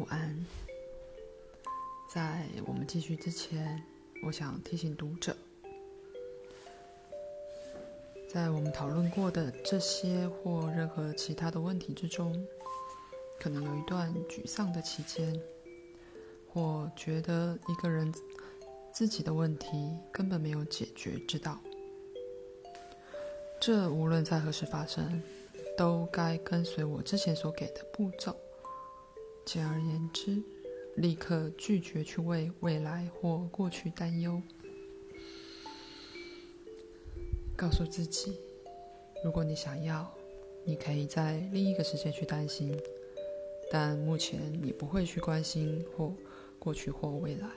午安。在我们继续之前，我想提醒读者，在我们讨论过的这些或任何其他的问题之中，可能有一段沮丧的期间，或觉得一个人自己的问题根本没有解决之道。这无论在何时发生，都该跟随我之前所给的步骤。简而言之，立刻拒绝去为未来或过去担忧。告诉自己，如果你想要，你可以在另一个时间去担心，但目前你不会去关心或过去或未来。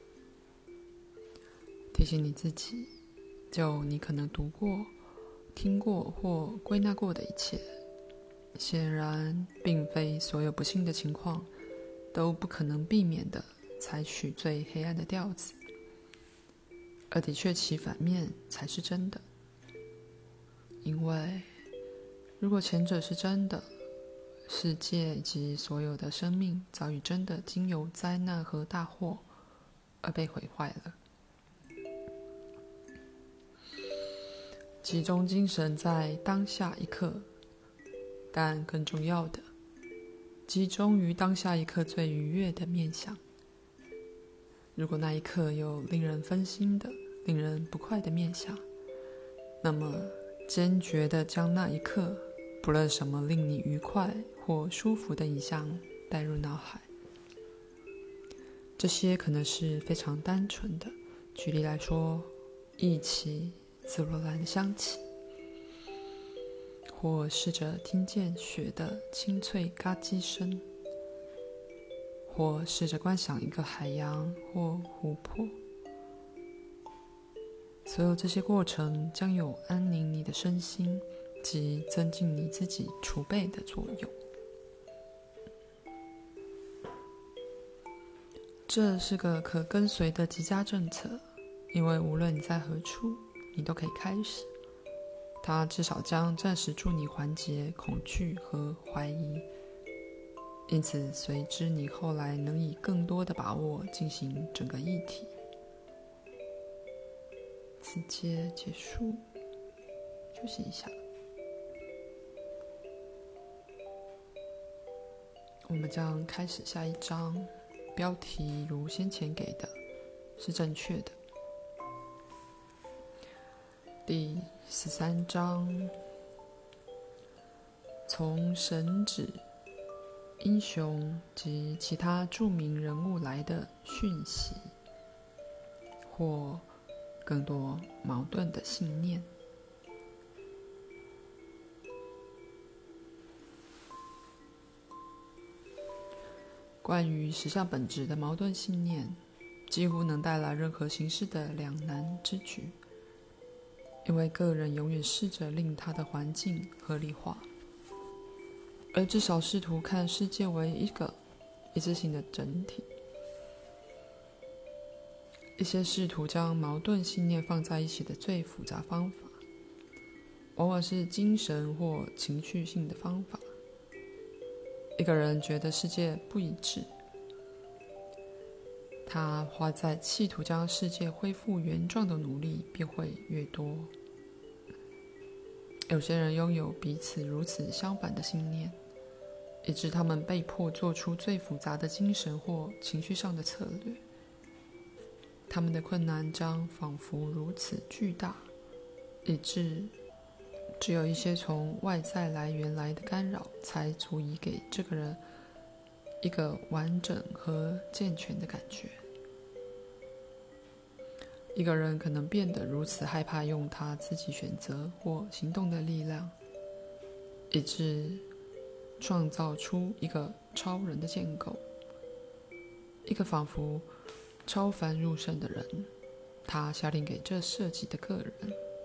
提醒你自己，就你可能读过、听过或归纳过的一切，显然并非所有不幸的情况都不可能避免地采取最黑暗的调子，而的确其反面才是真的。因为如果前者是真的，世界以及所有的生命早已真的经由灾难和大祸而被毁坏了。集中精神在当下一刻，但更重要的，集中于当下一刻最愉悦的面向。如果那一刻有令人分心的、令人不快的面向，那么坚决地将那一刻不论什么令你愉快或舒服的影像带入脑海。这些可能是非常单纯的，举例来说，忆起紫罗兰的香气，或试着听见雪的清脆嘎叽声，或试着观想一个海洋或湖泊。所有这些过程将有安宁你的身心及增进你自己储备的作用。这是个可跟随的极佳政策，因为无论你在何处，你都可以开始。它至少将暂时助你缓解恐惧和怀疑，因此随之你后来能以更多的把握进行整个议题。此节结束，休息一下。我们将开始下一章，标题如先前给的是正确的。第13章，从神旨、英雄及其他著名人物来的讯息，或更多矛盾的信念。关于实相本质的矛盾信念，几乎能带来任何形式的两难之举，因为个人永远试着令他的环境合理化，而至少试图看世界为一个一致性的整体。一些试图将矛盾信念放在一起的最复杂方法，往往是精神或情绪性的方法。一个人觉得世界不一致，他花在企图将世界恢复原状的努力便会越多。有些人拥有彼此如此相反的信念，以致他们被迫做出最复杂的精神或情绪上的策略。他们的困难将仿佛如此巨大，以致只有一些从外在来源来的干扰，才足以给这个人一个完整和健全的感觉。一个人可能变得如此害怕用他自己选择或行动的力量，以致创造出一个超人的建构，一个仿佛超凡入圣的人，他下令给这设计的个人。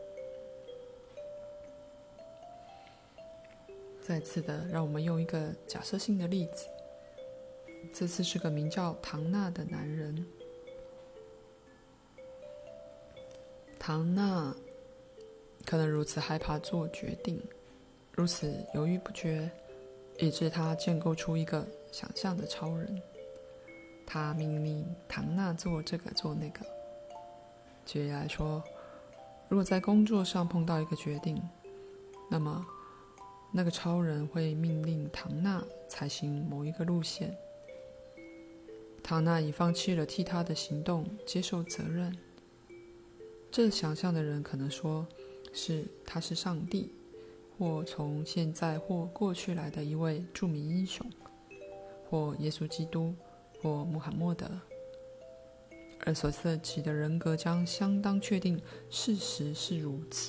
再次的，让我们用一个假设性的例子，这次是个名叫唐纳的男人。唐纳可能如此害怕做决定，如此犹豫不决， 以致他建构出一个想象的超人。他命令唐娜做这个做那个。举例来说，如果在工作上碰到一个决定，那么那个超人会命令唐娜采行某一个路线。唐娜已放弃了替他的行动接受责任。这想象的人可能说他是上帝，或从现在或过去来的一位著名英雄，或耶稣基督，或穆罕默德，而所涉及的人格将相当确定事实是如此。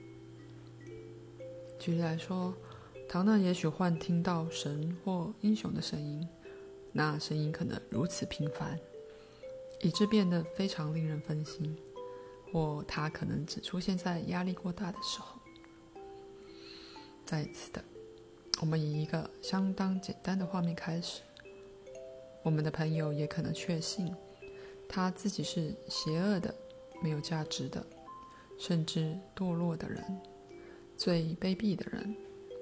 举例来说，唐娜也许幻听到神或英雄的声音，那声音可能如此频繁，以致变得非常令人分心，或它可能只出现在压力过大的时候。再一次的，我们以一个相当简单的画面开始。我们的朋友也可能确信他自己是邪恶的、没有价值的，甚至堕落的人，最卑鄙的人。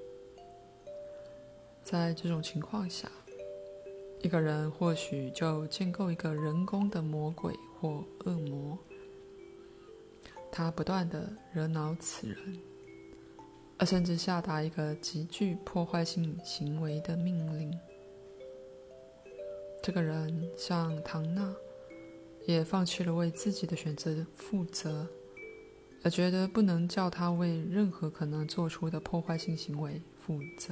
在这种情况下，一个人或许就建构一个人工的魔鬼或恶魔，他不断地惹恼此人，而甚至下达一个极具破坏性行为的命令。这个人像唐娜，也放弃了为自己的选择负责，而觉得不能叫他为任何可能做出的破坏性行为负责。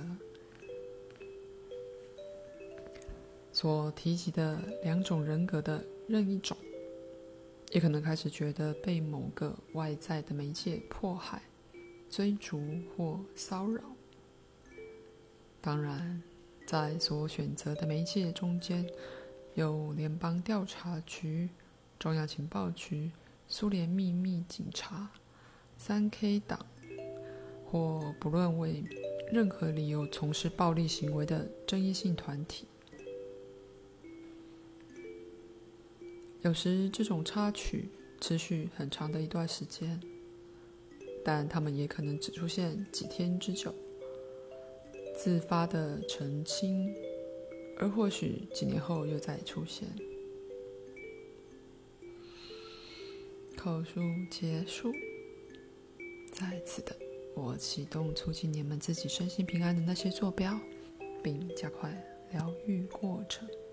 所提及的两种人格的任一种，也可能开始觉得被某个外在的媒介迫害、追逐或骚扰。当然，在所选择的媒介中间，有联邦调查局、中央情报局、苏联秘密警察、3K 党，或不论为任何理由从事暴力行为的争议性团体。有时这种插曲持续很长的一段时间，但它们也可能只出现几天之久，自发的澄清，而或许几年后又再出现。口述结束。再次的，我启动促进你们自己身心平安的那些坐标，并加快疗愈过程。